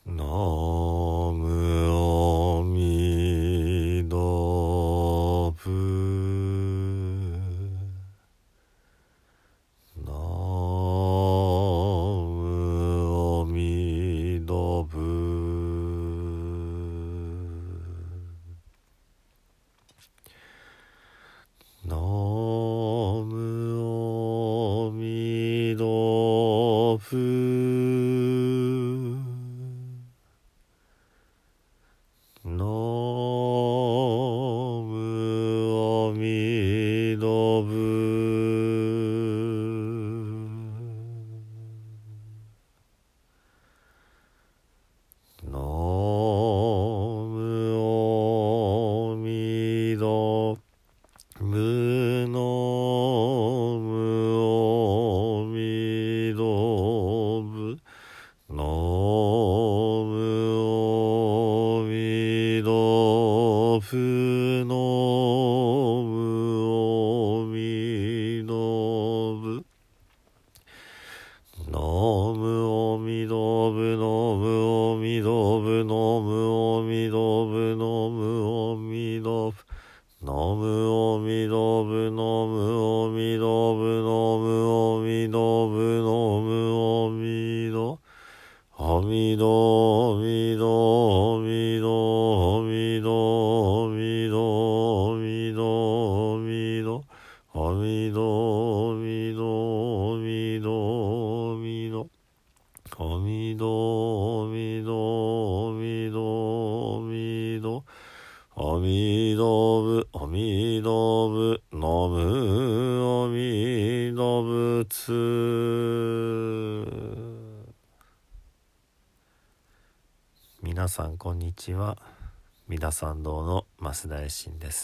ナムアミダブナムアミダブナムアミダブナムアミダブナムアミダブナムアミダブナムアミダブナムアミダブナムアミダブナムアミダブナムアミダブナムアミダブナムアミダブナムアミダブナムアミダブナムアミダアミダアミダアミダアミダアミダアミダアミダアミダアミダアミダアミダアミダアミダアミダアミダアミダブアミダブナムアミダブツ。皆さんこんにちは。三田参道の増田衛進です。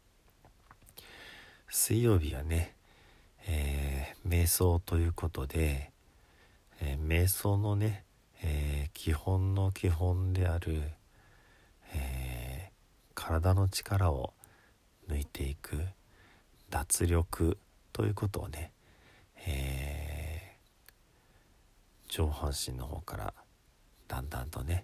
水曜日はね、瞑想ということで、瞑想のね、基本の基本である、体の力を抜いていく脱力ということをね、上半身の方からだんだんとね、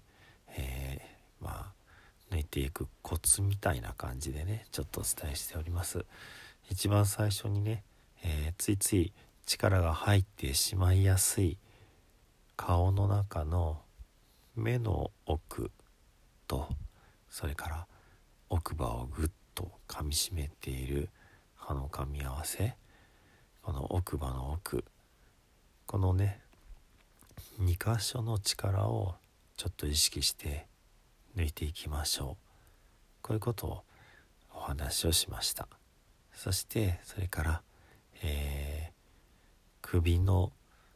抜いていくコツみたいな感じでねちょっとお伝えしております。一番最初にね、ついつい力が入ってしまいやすい顔の中の目の奥と、それから奥歯をぐっと噛みしめている歯の噛み合わせ、この奥歯の奥、このね2箇所の力をちょっと意識して抜いていきましょう。こういうことをお話をしました。そしてそれから、首の、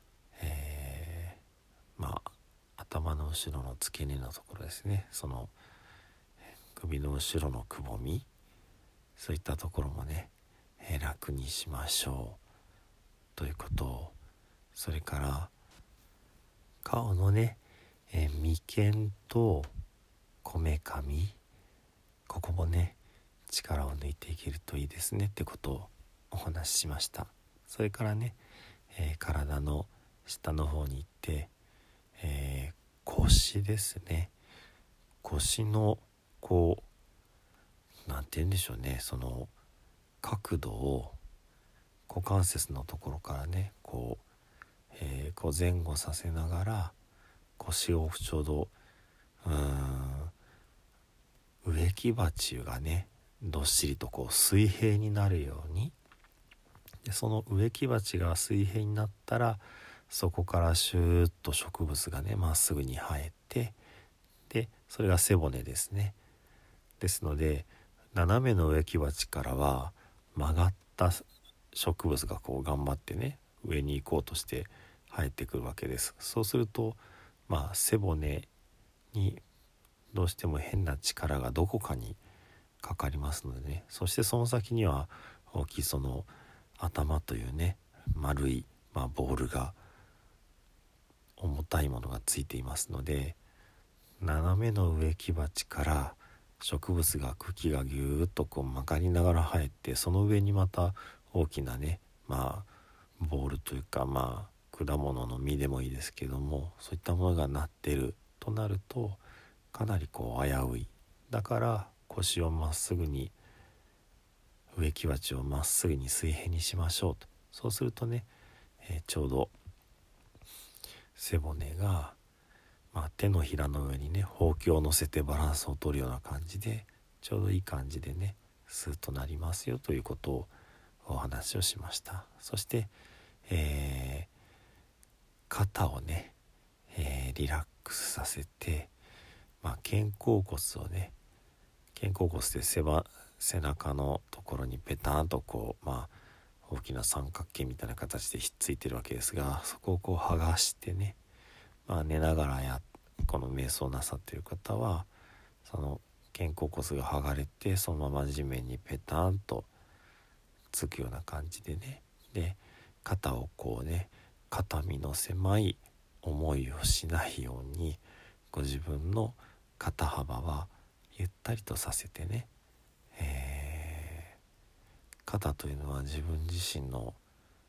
頭の後ろの付け根のところですね、その首の後ろのくぼみ、そういったところもね、楽にしましょうということを、それから顔のね、眉間とこめかみ、ここもね力を抜いていけるといいですねってことをお話ししました。それからね、体の下の方に行って、腰ですね。腰のこうなんて言うんでしょうね、その角度を股関節のところからねこう前後させながら腰をちょうど植木鉢がねどっしりとこう水平になるように、でその植木鉢が水平になったらそこからシューッと植物がねまっすぐに生えて、でそれが背骨ですね。ですので斜めの植木鉢からは曲がった植物がこう頑張ってね上に行こうとして生えてくるわけです。そうすると背骨にどうしても変な力がどこかにかかりますのでね、そしてその先には大きいその頭というね丸い、ボールが重たいものがついていますので、斜めの植木鉢から植物が茎がぎゅーっとこう曲がりながら生えて、その上にまた大きなねボールというか果物の実でもいいですけども、そういったものがなっているとなるとかなりこう危うい。だから腰をまっすぐに、植木鉢をまっすぐに水平にしましょうと。そうするとね、ちょうど背骨が、手のひらの上にねほうきを乗せてバランスを取るような感じで、ちょうどいい感じでねスーッとなりますよということをお話をしました。そして、肩をね、リラックスさせて、肩甲骨をね、肩甲骨って背中のところにペタンとこう、大きな三角形みたいな形でひっついてるわけですが、そこをこう剥がしてね、寝ながらこの瞑想なさっている方はその肩甲骨が剥がれてそのまま地面にペタンとつくような感じでね、で肩をこうね、肩身の狭い思いをしないようにご自分の肩幅はゆったりとさせてね、肩というのは自分自身の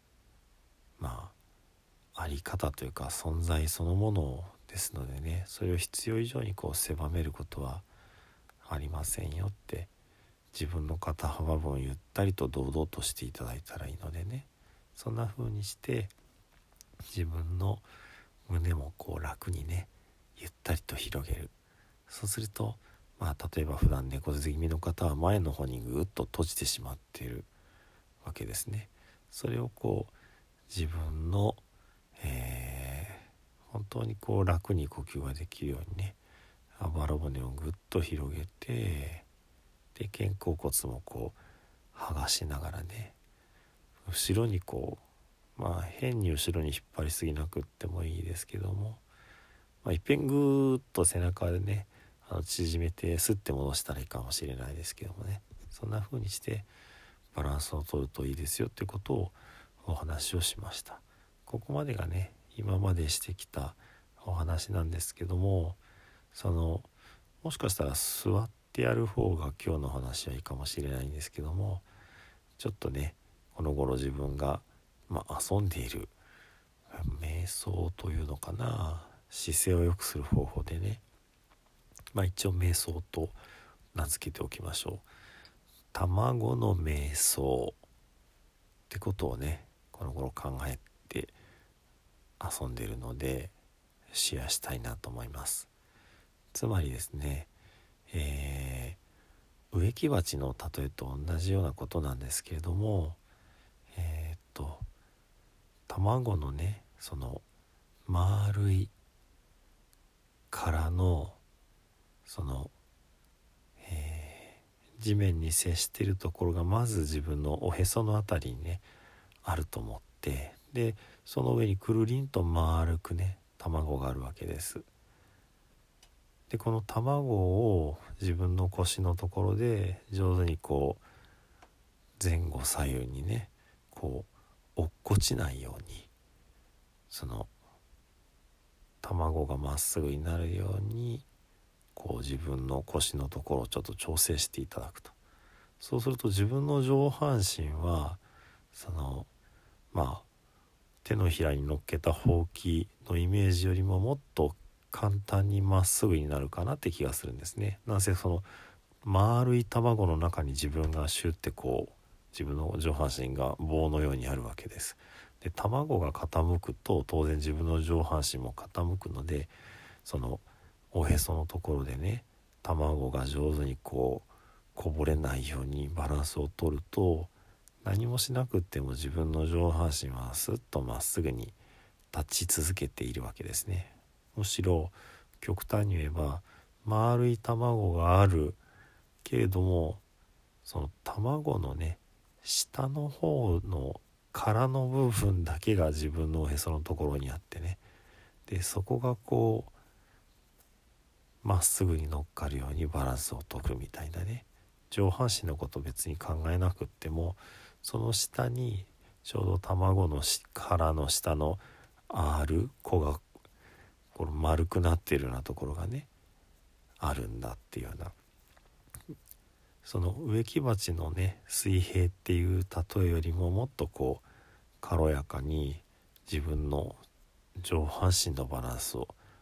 あり方というか存在そのものですのでね、それを必要以上にこう狭めることはありませんよって、自分の肩幅分ゆったりと堂々としていただいたらいいのでね、そんな風にして自分の胸もこう楽にねゆったりと広げる。そうすると例えば普段猫背気味の方は前の方にぐっと閉じてしまっているわけですね。それをこう自分の、本当にこう楽に呼吸ができるようにね、あばら骨をぐっと広げて、で肩甲骨もこう剥がしながらね、後ろにこう変に後ろに引っ張りすぎなくってもいいですけども、いっぺんぐーっと背中でね縮めてスッて戻したらいいかもしれないですけどもね、そんな風にしてバランスを取るといいですよということをお話をしました。ここまでがね今までしてきたお話なんですけども、もしかしたら座ってやる方が今日の話はいいかもしれないんですけども、ちょっとねこの頃自分が、遊んでいる瞑想というのかな、姿勢を良くする方法でね、一応瞑想と名付けておきましょう。卵の瞑想ってことをねこの頃考えて遊んでいるのでシェアしたいなと思います。つまりですね、植木鉢の例えと同じようなことなんですけれども、卵のねその丸い殻のその、地面に接しているところがまず自分のおへそのあたりにねあると思って、でその上にくるりんと丸くね卵があるわけです。でこの卵を自分の腰のところで上手にこう前後左右にねこう落っこちないように、その卵がまっすぐになるようにこう自分の腰のところをちょっと調整していただくと。そうすると自分の上半身は手のひらに乗っけたほうきのイメージよりももっと簡単にまっすぐになるかなって気がするんですね。なんせその丸い卵の中に自分がシュッてこう自分の上半身が棒のようにあるわけです。で卵が傾くと当然自分の上半身も傾くので、そのおへそのところでね卵が上手にこうこぼれないようにバランスを取ると、何もしなくっても自分の上半身はスッとまっすぐに立ち続けているわけですね。むしろ極端に言えば丸い卵があるけれども、その卵のね下の方の殻の部分だけが自分のおへそのところにあってね、でそこがこうまっすぐに乗っかるようにバランスを取るみたいなね、上半身のこと別に考えなくってもその下にちょうど卵の殻の下のある子がこの丸くなっているようなところがねあるんだっていうような、その植木鉢のね水平っていう例えよりももっとこう軽やかに自分の上半身のバランスを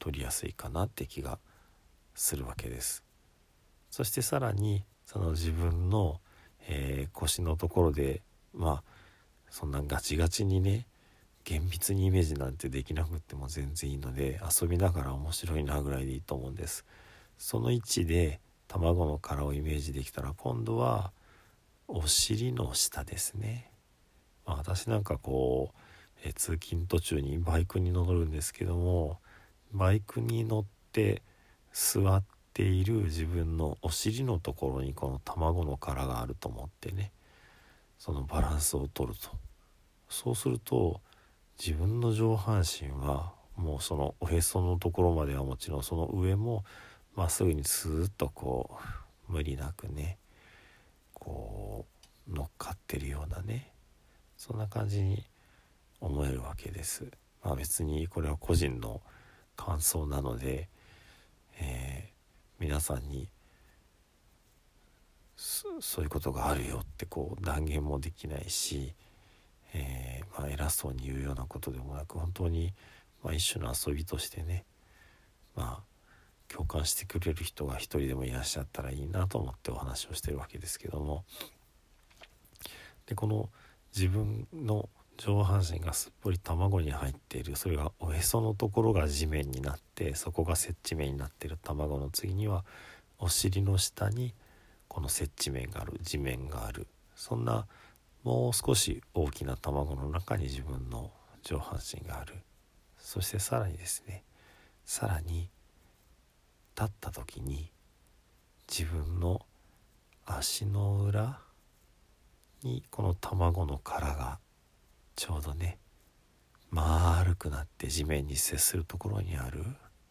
取りやすいかなって気がするわけです。そしてさらにその自分の、腰のところでそんなガチガチにね厳密にイメージなんてできなくっても全然いいので、遊びながら面白いなぐらいでいいと思うんです。その位置で卵の殻をイメージできたら、今度はお尻の下ですね。私なんか通勤途中にバイクに乗るんですけども、バイクに乗って座っている自分のお尻のところにこの卵の殻があると思ってね、そのバランスを取ると、そうすると自分の上半身はもうそのおへそのところまではもちろん、その上もまっすぐにスーッと無理なくね乗っかってるようなね、そんな感じに思えるわけです。別にこれは個人の感想なので、皆さんにそういうことがあるよって断言もできないし、偉そうに言うようなことでもなく、本当に一種の遊びとしてね、共感してくれる人が一人でもいらっしゃったらいいなと思ってお話をしてるわけですけども、でこの自分の上半身がすっぽり卵に入っている、それがおへそのところが地面になって、そこが接地面になっている卵の次にはお尻の下にこの接地面がある、地面がある、そんなもう少し大きな卵の中に自分の上半身がある。そしてさらにですね、さらに立った時に自分の足の裏にこの卵の殻がちょうどね丸くなって地面に接するところにある。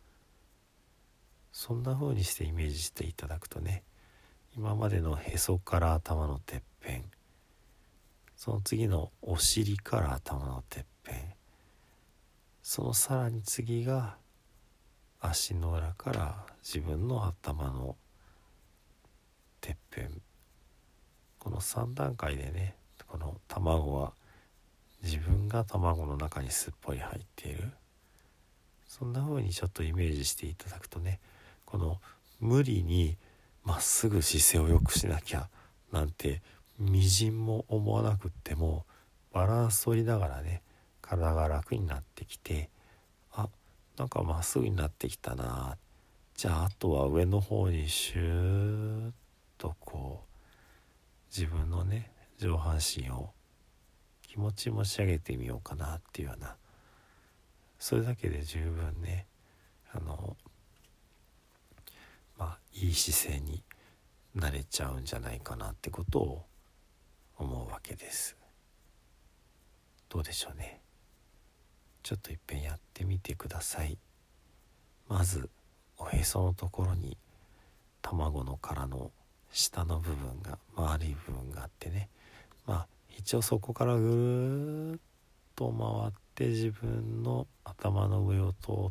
そんな風にしてイメージしていただくとね、今までのへそから頭のてっぺん、その次のお尻から頭のてっぺん、そのさらに次が足の裏から自分の頭のてっぺん、この3段階でね、この卵は自分が卵の中にすっぽり入っている。そんな風にちょっとイメージしていただくとね、この無理にまっすぐ姿勢を良くしなきゃなんてみじんも思わなくっても、バランス取りながらね体が楽になってきて、なんかまっすぐになってきたな、じゃああとは上の方にシューッと自分のね上半身を気持ち持ち上げてみようかなっていうような、それだけで十分ねいい姿勢になれちゃうんじゃないかなってことを思うわけです。どうでしょうね。ちょっといっぺんやってみてください。まずおへそのところに卵の殻の下の部分が、丸い部分があってね、一応そこからぐるっと回って自分の頭の上を通って、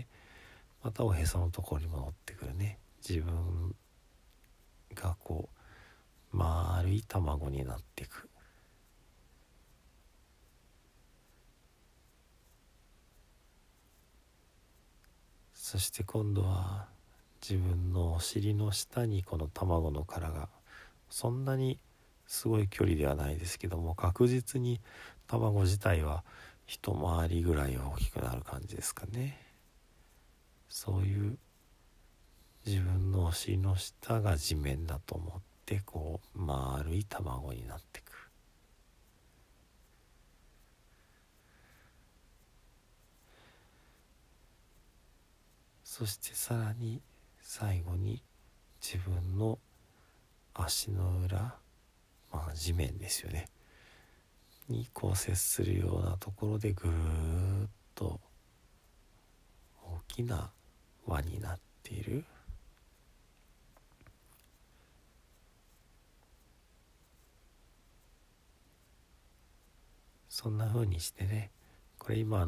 またおへそのところに戻ってくるね、自分が丸い卵になっていく。そして今度は自分のお尻の下にこの卵の殻が、そんなにすごい距離ではないですけども、確実に卵自体は一回りぐらい大きくなる感じですかね。そういう自分のお尻の下が地面だと思って丸い卵になっていく。そしてさらに最後に自分の足の裏、地面ですよねに接するようなところでぐーっと大きな輪になっている。そんな風にしてね、これ今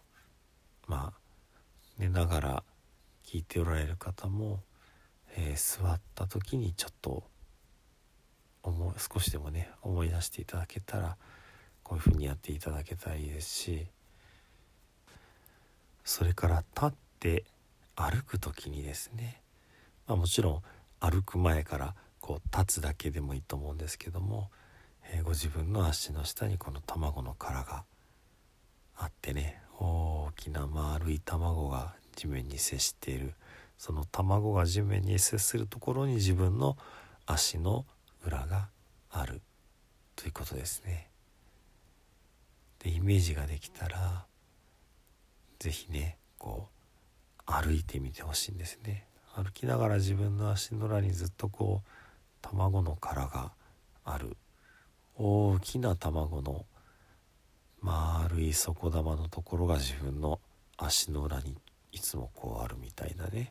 寝ながら聞いておられる方も、座った時にちょっと少しでもね思い出していただけたら、こういう風にやっていただけたらいいですし、それから立って歩く時にですね、もちろん歩く前から立つだけでもいいと思うんですけども、ご自分の足の下にこの卵の殻があってね、大きな丸い卵が地面に接している、その卵が地面に接するところに自分の足の裏があるということですね。でイメージができたらぜひね歩いてみてほしいんですね。歩きながら自分の足の裏にずっと卵の殻がある、大きな卵の丸い底玉のところが自分の足の裏にいつもあるみたいなね、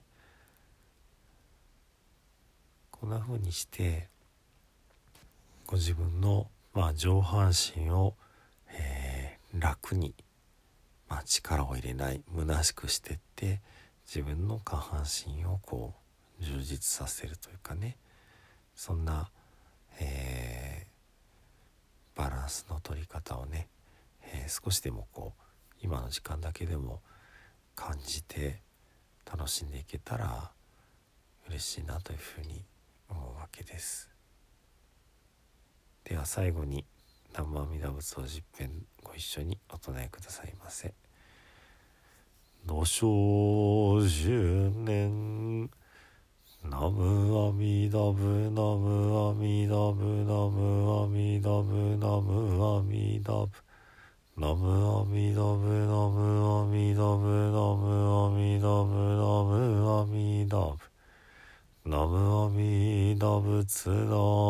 こんな風にしてご自分の上半身を、楽に、力を入れない虚しくしてって自分の下半身を充実させるというかね、そんな、バランスの取り方をね、少しでも今の時間だけでも感じて楽しんでいけたら嬉しいなというふうに思うわけです。では最後に南無阿弥陀仏を十遍ご一緒にお唱えくださいませ。土生十年南無阿弥陀仏南無阿弥陀仏南無阿弥陀仏南無阿弥陀仏南無阿弥陀仏南無阿弥陀仏南無阿弥陀仏南無阿弥陀仏南無阿弥陀仏南